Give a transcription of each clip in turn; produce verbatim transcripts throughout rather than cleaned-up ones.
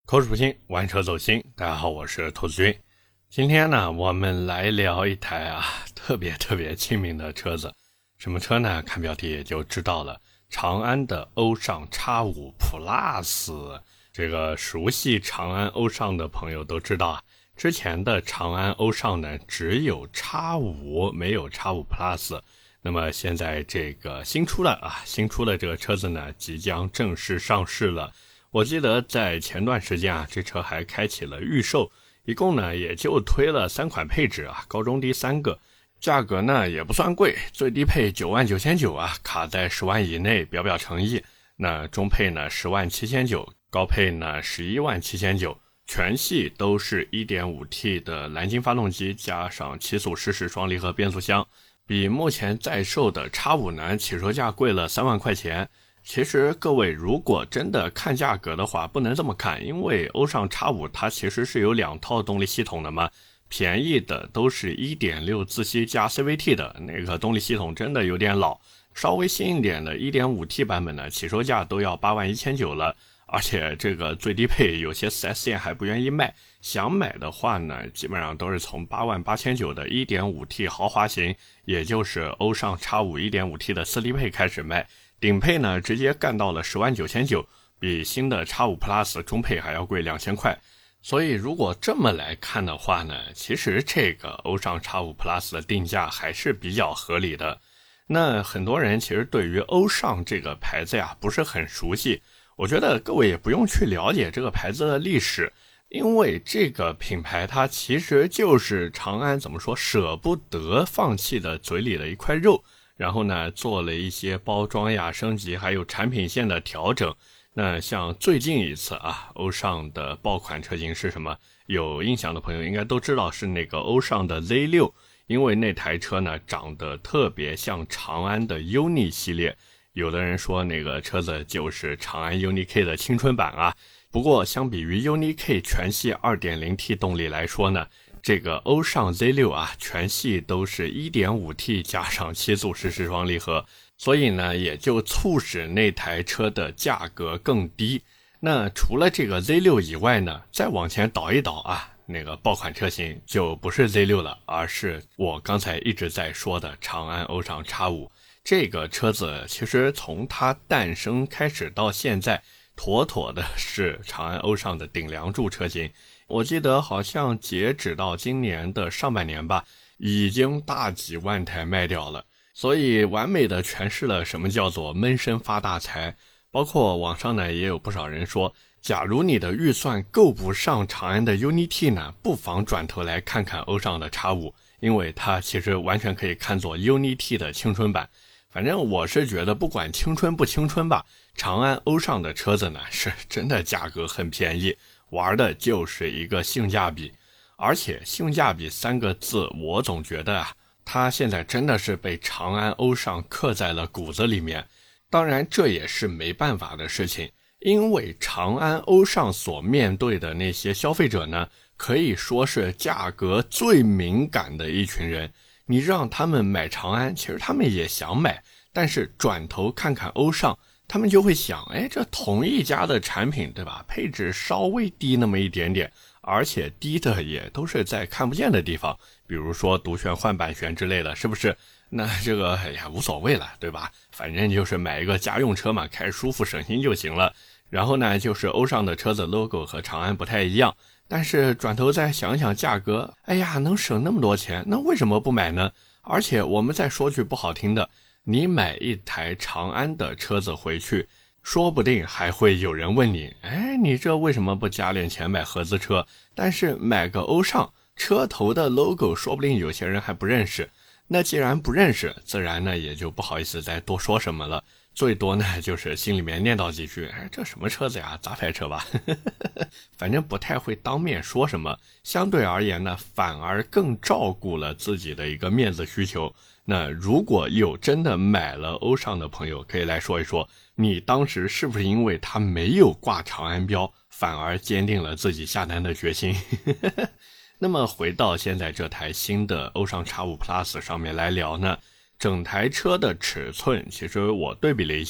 口齿不清，玩车走心。大家好，我是兔子君。今天呢，我们来聊一台啊特别特别亲民的车子。什么车呢？看标题也就知道了。长安的欧尚 X 五 Plus。这个熟悉长安欧尚的朋友都知道啊，之前的长安欧尚呢只有 X 五 没有 X 五 Plus。那么现在这个新出了啊，新出了这个车子呢即将正式上市了。我记得在前段时间啊，这车还开启了预售，一共呢也就推了三款配置啊，高中低三个，价格呢也不算贵，最低配九万九千九啊，卡在十万以内，表表诚意。那中配呢十万七千九，高配呢十一万七千九，全系都是 一点五 T 的蓝鲸发动机加上七速湿式双离合变速箱，比目前在售的 X 五 呢起售价贵了三万块钱。其实各位如果真的看价格的话，不能这么看，因为欧尚 X 五 它其实是有两套动力系统的嘛，便宜的都是 一点六 自吸加 C V T 的，那个动力系统真的有点老，稍微新一点的 一点五 T 版本呢，起售价都要八万一千九了，而且这个最低配有些 四 S 店还不愿意卖，想买的话呢，基本上都是从八万八千九的 一点五 T 豪华型，也就是欧尚 X 五 一点五 T 的四低配开始卖。顶配呢直接干到了十万九千九，比新的 X 五 Plus 中配还要贵两千块。所以如果这么来看的话呢，其实这个欧尚 X 五 Plus 的定价还是比较合理的。那很多人其实对于欧尚这个牌子呀不是很熟悉，我觉得各位也不用去了解这个牌子的历史，因为这个品牌它其实就是长安怎么说舍不得放弃的嘴里的一块肉，然后呢做了一些包装呀升级还有产品线的调整。那像最近一次啊，欧尚的爆款车型是什么？有印象的朋友应该都知道是那个欧尚的 Z 六， 因为那台车呢长得特别像长安的 U N I 系列，有的人说那个车子就是长安 U N I K 的青春版啊。不过相比于 U N I K 全系 二点零 T 动力来说呢，这个欧尚 Z 六 啊全系都是 一点五 T 加上七速湿式双离合，所以呢也就促使那台车的价格更低。那除了这个 Z 六 以外呢，再往前倒一倒啊，那个爆款车型就不是 Z 六 了，而是我刚才一直在说的长安欧尚 X 五。这个车子其实从它诞生开始到现在，妥妥的是长安欧尚的顶梁柱车型。我记得好像截止到今年的上半年吧，已经大几万台卖掉了，所以完美的诠释了什么叫做闷声发大财。包括网上呢也有不少人说，假如你的预算够不上长安的 U N I T 呢，不妨转头来看看欧尚的 X 五， 因为它其实完全可以看作 U N I T 的青春版。反正我是觉得不管青春不青春吧，长安欧尚的车子呢是真的价格很便宜，玩的就是一个性价比。而且性价比三个字我总觉得啊，它现在真的是被长安欧尚刻在了骨子里面。当然这也是没办法的事情，因为长安欧尚所面对的那些消费者呢，可以说是价格最敏感的一群人。你让他们买长安，其实他们也想买，但是转头看看欧尚，他们就会想，哎，这同一家的产品对吧，配置稍微低那么一点点，而且低的也都是在看不见的地方，比如说独悬换板悬之类的，是不是？那这个哎呀无所谓了，对吧？反正就是买一个家用车嘛，开舒服省心就行了。然后呢就是欧尚的车子 logo 和长安不太一样，但是转头再想想价格，哎呀能省那么多钱，那为什么不买呢？而且我们再说句不好听的，你买一台长安的车子回去，说不定还会有人问你，哎，你这为什么不加点钱买合资车？但是买个欧尚，车头的 logo 说不定有些人还不认识。那既然不认识，自然呢也就不好意思再多说什么了，最多呢就是心里面念叨几句，哎，这什么车子呀，杂牌车吧反正不太会当面说什么，相对而言呢反而更照顾了自己的一个面子需求。那如果有真的买了欧尚的朋友，可以来说一说，你当时是不是因为他没有挂长安标，反而坚定了自己下单的决心那么回到现在这台新的欧尚 X 五 Plus 上面来聊呢，整台车的尺寸其实我对比了一下，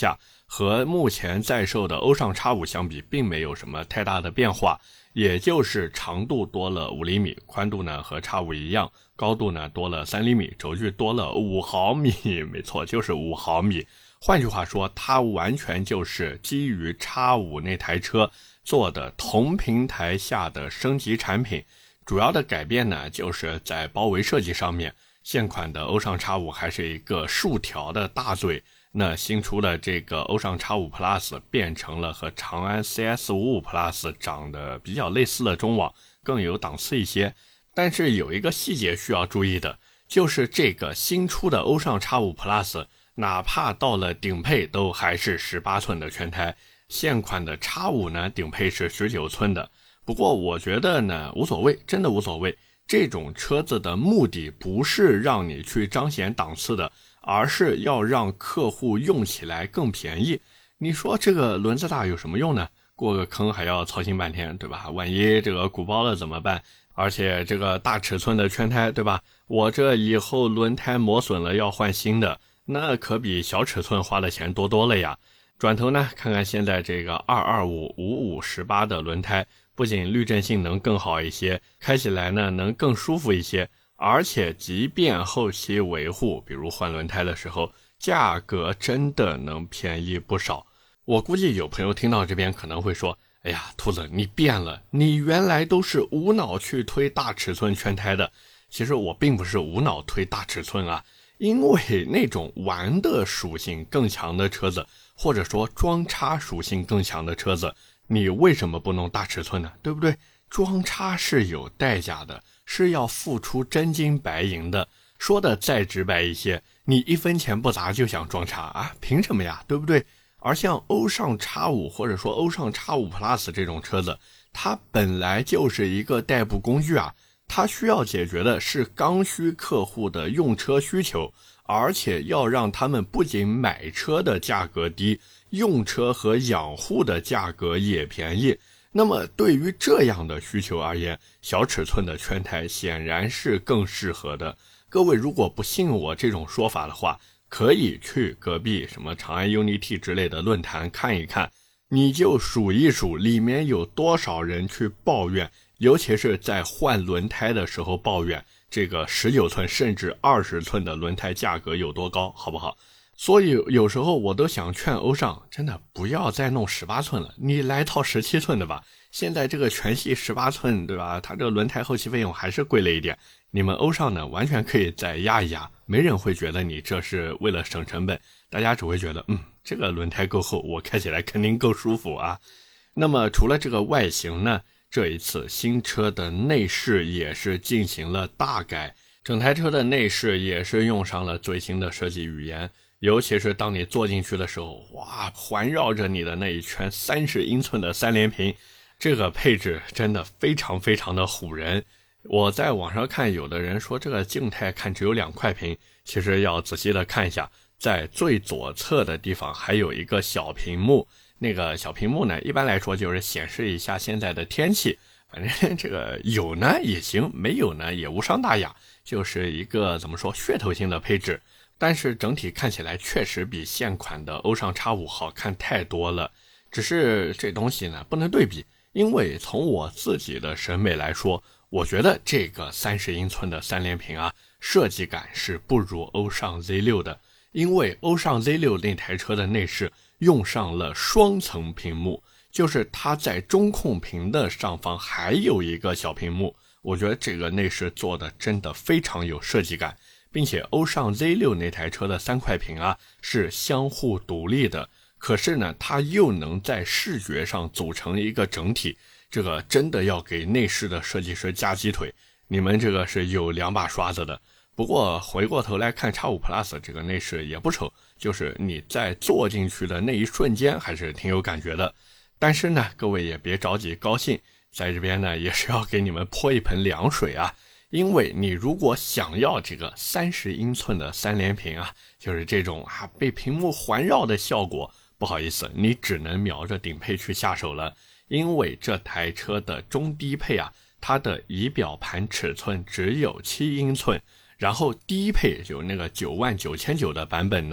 和目前在售的欧尚 X 五 相比并没有什么太大的变化，也就是长度多了五厘米，宽度呢和 X 五 一样，高度呢多了三厘米，轴距多了五毫米，没错，就是五毫米。换句话说，它完全就是基于 X 五 那台车做的同平台下的升级产品。主要的改变呢，就是在包围设计上面，现款的欧尚 X 五 还是一个竖条的大嘴，那新出的这个欧尚 X 五 Plus 变成了和长安 C S 五十五 Plus 长得比较类似的中网，更有档次一些。但是有一个细节需要注意的，就是这个新出的欧尚 X 五 Plus哪怕到了顶配都还是十八寸的全胎，现款的 X 五 呢顶配是十九寸的。不过我觉得呢无所谓，真的无所谓，这种车子的目的不是让你去彰显档次的，而是要让客户用起来更便宜。你说这个轮子大有什么用呢？过个坑还要操心半天，对吧？万一这个鼓包了怎么办？而且这个大尺寸的全胎，对吧？我这以后轮胎磨损了要换新的，那可比小尺寸花的钱多多了呀。转头呢，看看现在这个二二五、五五、十八的轮胎，不仅滤震性能更好一些，开起来呢能更舒服一些，而且即便后期维护，比如换轮胎的时候，价格真的能便宜不少。我估计有朋友听到这边可能会说，哎呀，兔子你变了，你原来都是无脑去推大尺寸全胎的。其实我并不是无脑推大尺寸啊，因为那种玩的属性更强的车子，或者说装叉属性更强的车子，你为什么不弄大尺寸呢？对不对？装叉是有代价的，是要付出真金白银的。说的再直白一些，你一分钱不砸就想装叉啊？凭什么呀？对不对？而像欧尚 X 五 或者说欧尚 X 五 Plus 这种车子，它本来就是一个代步工具啊，它需要解决的是刚需客户的用车需求，而且要让他们不仅买车的价格低，用车和养护的价格也便宜。那么对于这样的需求而言，小尺寸的全胎显然是更适合的。各位如果不信我这种说法的话，可以去隔壁什么长安 Unity 之类的论坛看一看，你就数一数里面有多少人去抱怨，尤其是在换轮胎的时候抱怨这个十九寸甚至二十寸的轮胎价格有多高，好不好？所以有时候我都想劝欧尚，真的不要再弄十八寸了，你来套十七寸的吧。现在这个全系十八寸，对吧？它这个轮胎后期费用还是贵了一点。你们欧尚呢，完全可以再压一压，没人会觉得你这是为了省成本，大家只会觉得，嗯，这个轮胎够厚，我开起来肯定够舒服啊。那么除了这个外形呢，这一次新车的内饰也是进行了大改，整台车的内饰也是用上了最新的设计语言，尤其是当你坐进去的时候，哇，环绕着你的那一圈三十英寸的三连屏，这个配置真的非常非常的唬人。我在网上看有的人说这个静态看只有两块屏，其实要仔细的看一下，在最左侧的地方还有一个小屏幕，那个小屏幕呢一般来说就是显示一下现在的天气，反正这个有呢也行，没有呢也无伤大雅，就是一个怎么说噱头性的配置。但是整体看起来确实比现款的欧尚 X 五 好看太多了，只是这东西呢不能对比，因为从我自己的审美来说，我觉得这个三十英寸的三连屏啊，设计感是不如欧尚 Z 六 的，因为欧尚 Z 六 那台车的内饰用上了双层屏幕，就是它在中控屏的上方还有一个小屏幕，我觉得这个内饰做的真的非常有设计感，并且欧尚 Z 六 那台车的三块屏啊是相互独立的，可是呢它又能在视觉上组成一个整体，这个真的要给内饰的设计师加鸡腿，你们这个是有两把刷子的。不过回过头来看 X 五 Plus 这个内饰也不丑，就是你在坐进去的那一瞬间还是挺有感觉的。但是呢各位也别着急高兴，在这边呢也是要给你们泼一盆凉水啊，因为你如果想要这个三十英寸的三连屏啊，就是这种啊被屏幕环绕的效果，不好意思，你只能瞄着顶配去下手了。因为这台车的中低配啊，它的仪表盘尺寸只有七英寸，然后低配就那个九万九千九的版本呢，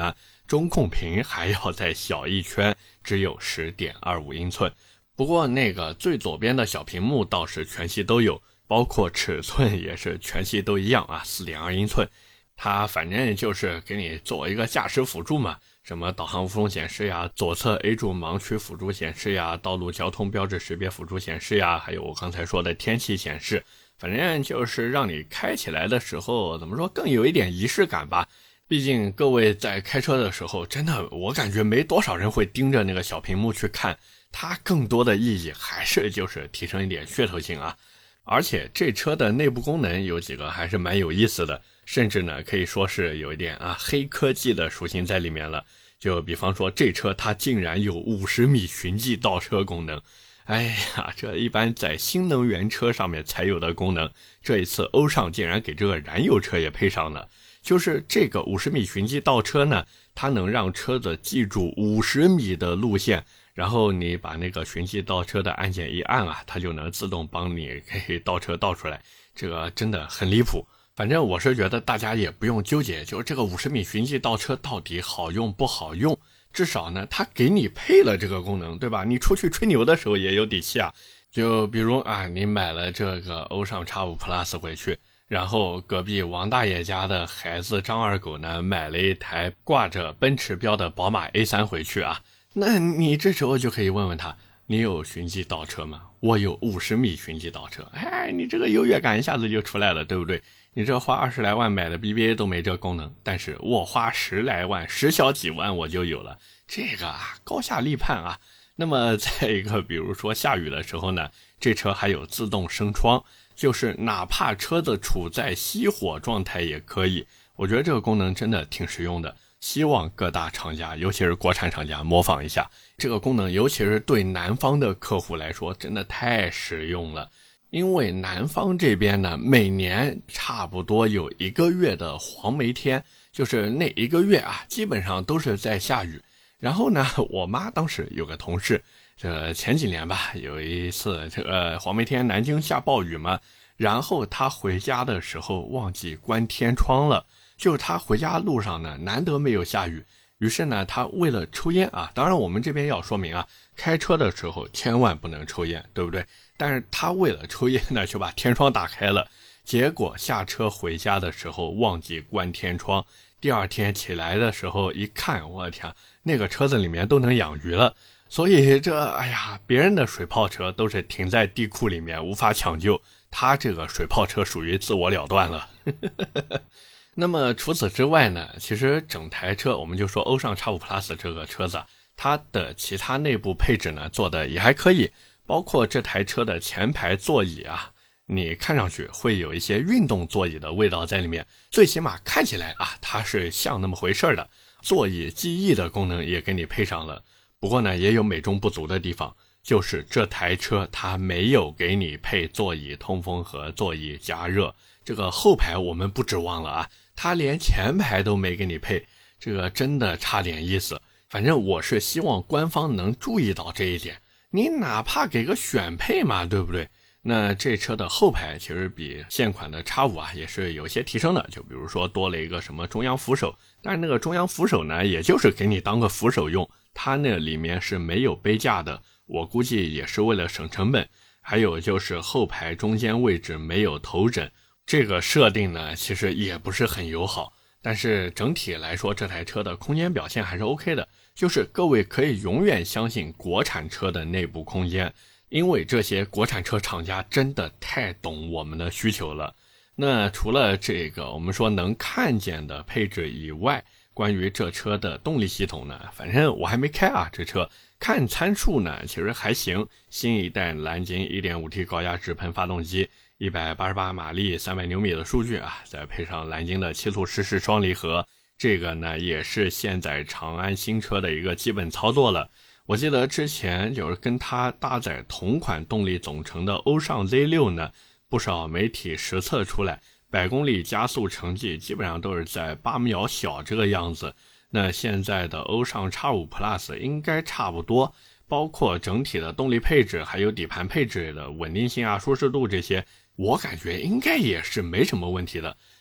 中控屏还要再小一圈，只有 十点二五英寸。不过那个最左边的小屏幕倒是全系都有，包括尺寸也是全系都一样啊 ,四点二英寸。它反正就是给你做一个驾驶辅助嘛，什么导航无缝显示呀，左侧 A 柱盲区辅助显示呀，道路交通标志识别辅助显示呀，还有我刚才说的天气显示，反正就是让你开起来的时候怎么说更有一点仪式感吧。毕竟各位在开车的时候，真的我感觉没多少人会盯着那个小屏幕去看，它更多的意义还是就是提升一点噱头性啊。而且这车的内部功能有几个还是蛮有意思的，甚至呢可以说是有一点啊黑科技的属性在里面了。就比方说这车它竟然有五十米循迹倒车功能，哎呀，这一般在新能源车上面才有的功能，这一次欧尚竟然给这个燃油车也配上了。就是这个五十米循迹倒车呢，它能让车子记住五十米的路线，然后你把那个循迹倒车的按键一按啊，它就能自动帮你给倒车倒出来，这个真的很离谱。反正我是觉得大家也不用纠结，就是这个五十米循迹倒车到底好用不好用，至少呢它给你配了这个功能，对吧？你出去吹牛的时候也有底气啊。就比如啊，你买了这个欧尚 X 五 Plus 回去，然后隔壁王大爷家的孩子张二狗呢买了一台挂着奔驰标的宝马 A 三 回去啊，那你这时候就可以问问他，你有循迹倒车吗？我有五十米循迹倒车。哎，你这个优越感一下子就出来了，对不对？你这花二十来万买的 B B A 都没这功能，但是我花十来万十小几万我就有了，这个啊高下立判啊。那么再一个，比如说下雨的时候呢，这车还有自动升窗，就是哪怕车子处在熄火状态也可以，我觉得这个功能真的挺实用的，希望各大厂家尤其是国产厂家模仿一下这个功能，尤其是对南方的客户来说真的太实用了。因为南方这边呢，每年差不多有一个月的黄梅天，就是那一个月啊基本上都是在下雨。然后呢，我妈当时有个同事，这前几年吧，有一次这个黄梅天南京下暴雨嘛，然后她回家的时候忘记关天窗了，就是她回家路上呢难得没有下雨，于是呢她为了抽烟啊，当然我们这边要说明啊，开车的时候千万不能抽烟，对不对？但是她为了抽烟呢就把天窗打开了，结果下车回家的时候忘记关天窗，第二天起来的时候一看，我的天，那个车子里面都能养鱼了。所以这哎呀，别人的水炮车都是停在地库里面无法抢救，他这个水炮车属于自我了断了。那么除此之外呢，其实整台车我们就说欧尚 X 五 Plus 这个车子，它的其他内部配置呢做的也还可以，包括这台车的前排座椅啊，你看上去会有一些运动座椅的味道在里面，最起码看起来啊它是像那么回事的。座椅记忆的功能也给你配上了，不过呢也有美中不足的地方，就是这台车它没有给你配座椅通风和座椅加热，这个后排我们不指望了啊，它连前排都没给你配，这个真的差点意思。反正我是希望官方能注意到这一点，你哪怕给个选配嘛，对不对？那这车的后排其实比现款的 X 五 啊也是有些提升的，就比如说多了一个什么中央扶手，但是那个中央扶手呢也就是给你当个扶手用，它那里面是没有杯架的，我估计也是为了省成本。还有就是后排中间位置没有头枕，这个设定呢其实也不是很友好，但是整体来说这台车的空间表现还是 OK 的，就是各位可以永远相信国产车的内部空间，因为这些国产车厂家真的太懂我们的需求了。那除了这个我们说能看见的配置以外，关于这车的动力系统呢，反正我还没开啊，这车看参数呢其实还行，新一代蓝鲸 一点五 T 高压直喷发动机，一百八十八马力三百牛米的数据啊，再配上蓝鲸的七速湿式双离合，这个呢也是现在长安新车的一个基本操作了。我记得之前就是跟它搭载同款动力总成的欧尚 Z 六 呢，不少媒体实测出来百公里加速成绩基本上都是在八秒小这个样子。那现在的欧尚 X 五 Plus 应该差不多，包括整体的动力配置还有底盘配置的稳定性啊、舒适度这些，我感觉应该也是没什么问题的。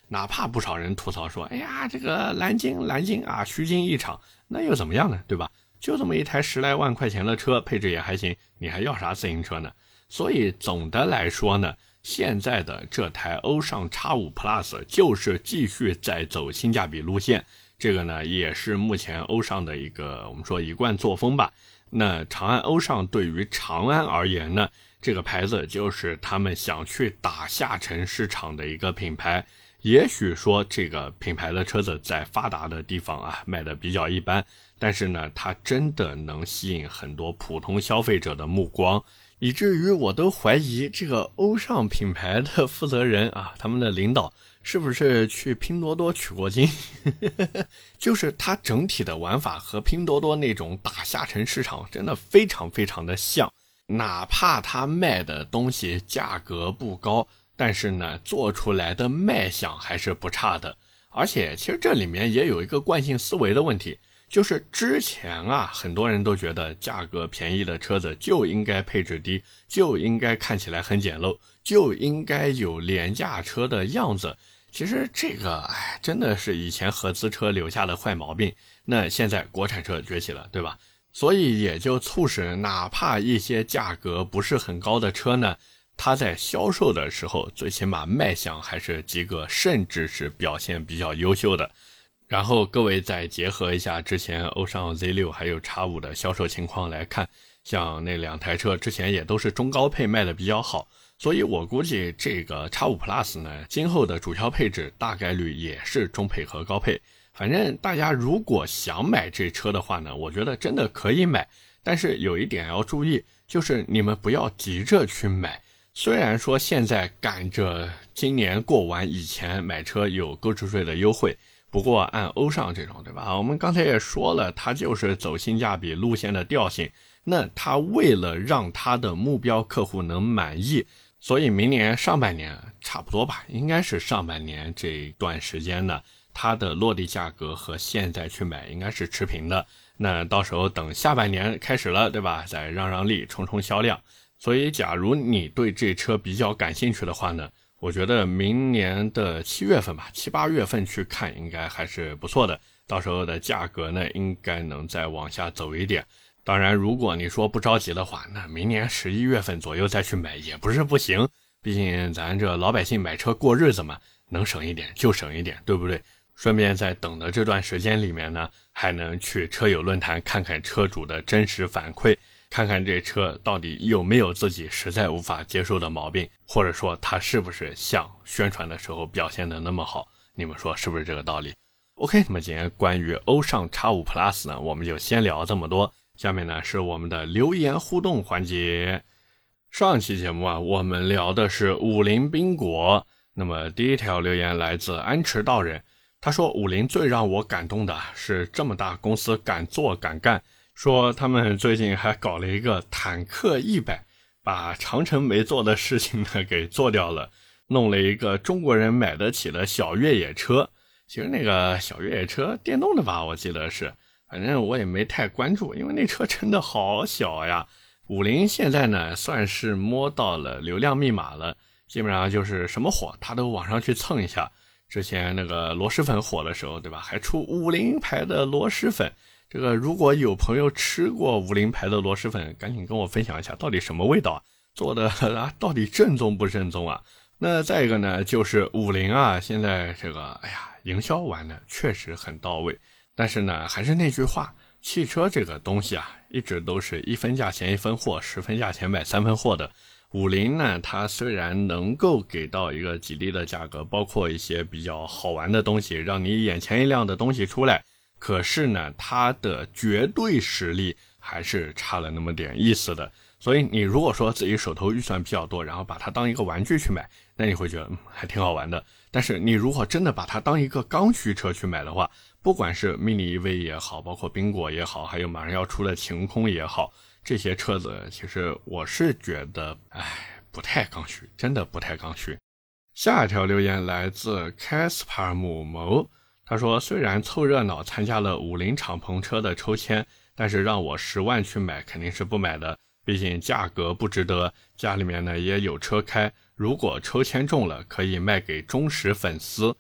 哪怕不少人吐槽说，哎呀，这个蓝鲸蓝鲸啊，虚惊一场，那又怎么样呢，对吧？就这么一台十来万块钱的车，配置也还行，你还要啥自行车呢？所以总的来说呢，现在的这台欧尚 X 五 Plus 就是继续在走性价比路线，这个呢也是目前欧尚的一个我们说一贯作风吧。那长安欧尚对于长安而言呢，这个牌子就是他们想去打下沉市场的一个品牌。也许说这个品牌的车子在发达的地方啊卖的比较一般，但是呢它真的能吸引很多普通消费者的目光，以至于我都怀疑这个欧尚品牌的负责人啊，他们的领导是不是去拼多多取过经就是它整体的玩法和拼多多那种打下沉市场真的非常非常的像，哪怕它卖的东西价格不高，但是呢做出来的卖相还是不差的。而且其实这里面也有一个惯性思维的问题，就是之前啊很多人都觉得价格便宜的车子就应该配置低，就应该看起来很简陋，就应该有廉价车的样子。其实这个哎真的是以前合资车留下的坏毛病，那现在国产车崛起了，对吧？所以也就促使哪怕一些价格不是很高的车呢，它在销售的时候最起码卖相还是及格，甚至是表现比较优秀的。然后各位再结合一下之前欧尚 Z 六 还有 X 五 的销售情况来看，像那两台车之前也都是中高配卖的比较好，所以我估计这个 X 五 Plus 呢今后的主销配置大概率也是中配和高配。反正大家如果想买这车的话呢，我觉得真的可以买，但是有一点要注意，就是你们不要急着去买。虽然说现在赶着今年过完以前买车有购置税的优惠，不过按欧尚这种，对吧？我们刚才也说了，它就是走性价比路线的调性，那它为了让它的目标客户能满意，所以明年上半年差不多吧，应该是上半年这段时间呢，它的落地价格和现在去买应该是持平的。那到时候等下半年开始了，对吧？再让让利，冲冲销量。所以假如你对这车比较感兴趣的话呢，我觉得明年的七月份吧，七八月份去看应该还是不错的。到时候的价格呢，应该能再往下走一点。当然，如果你说不着急的话，那明年十一月份左右再去买也不是不行。毕竟咱这老百姓买车过日子嘛，能省一点就省一点，对不对？顺便在等的这段时间里面呢，还能去车友论坛看看车主的真实反馈，看看这车到底有没有自己实在无法接受的毛病，或者说它是不是像宣传的时候表现的那么好，你们说是不是这个道理？ OK， 那么今天关于欧尚 X 五 Plus 呢，我们就先聊这么多。下面呢是我们的留言互动环节。上期节目啊，我们聊的是五菱缤果，那么第一条留言来自安池道人，他说五菱最让我感动的是这么大公司敢做敢干，说他们最近还搞了一个坦克一百，把长城没做的事情呢给做掉了，弄了一个中国人买得起的小越野车。其实那个小越野车电动的吧，我记得是，反正我也没太关注，因为那车真的好小呀。五菱现在呢算是摸到了流量密码了，基本上就是什么火它都往上去蹭一下。之前那个螺蛳粉火的时候，对吧，还出五菱牌的螺蛳粉，这个如果有朋友吃过五菱牌的螺蛳粉，赶紧跟我分享一下到底什么味道啊，做的啊到底正宗不正宗啊。那再一个呢，就是五菱啊现在这个哎呀营销玩的确实很到位，但是呢还是那句话，汽车这个东西啊一直都是一分价钱一分货，十分价钱买三分货的。五菱呢它虽然能够给到一个吉利的价格，包括一些比较好玩的东西，让你眼前一亮的东西出来，可是呢它的绝对实力还是差了那么点意思的。所以你如果说自己手头预算比较多，然后把它当一个玩具去买，那你会觉得、嗯、还挺好玩的。但是你如果真的把它当一个刚需车去买的话，不管是 mini E V 也好，包括缤果也好，还有马上要出的晴空也好，这些车子其实我是觉得哎，不太刚需，真的不太刚需。下一条留言来自 Caspar 姆谋，他说虽然凑热闹参加了五菱敞篷车的抽签，但是让我十万去买肯定是不买的，毕竟价格不值得，家里面呢也有车开，如果抽签中了可以卖给忠实粉丝。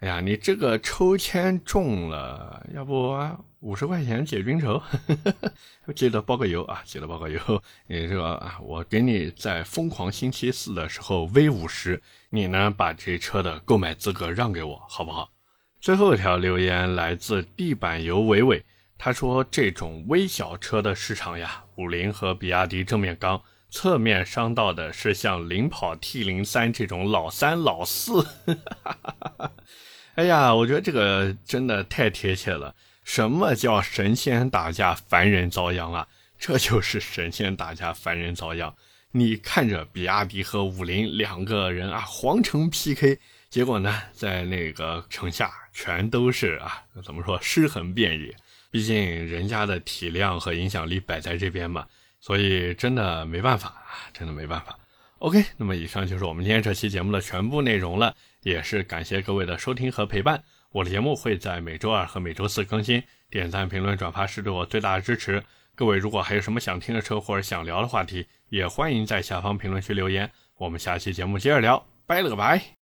哎呀，你这个抽签中了，要不五十块钱解军仇，记得包个邮啊，记得包个邮。你这个啊，我给你在疯狂星期四的时候 V 五十，你呢把这车的购买资格让给我，好不好？最后一条留言来自地板油伟伟，他说这种微小车的市场呀，五菱和比亚迪正面刚，侧面伤到的是像领跑 T 零三 这种老三老四。哎呀，我觉得这个真的太贴切了。什么叫神仙打架凡人遭殃啊？这就是神仙打架凡人遭殃。你看着比亚迪和五菱两个人啊皇城 P K， 结果呢在那个城下全都是啊怎么说尸横遍野。毕竟人家的体量和影响力摆在这边嘛，所以真的没办法啊，真的没办法。OK， 那么以上就是我们今天这期节目的全部内容了，也是感谢各位的收听和陪伴。我的节目会在每周二和每周四更新，点赞、评论、转发是对我最大的支持。各位如果还有什么想听的车或者想聊的话题，也欢迎在下方评论区留言。我们下期节目接着聊，拜了个拜。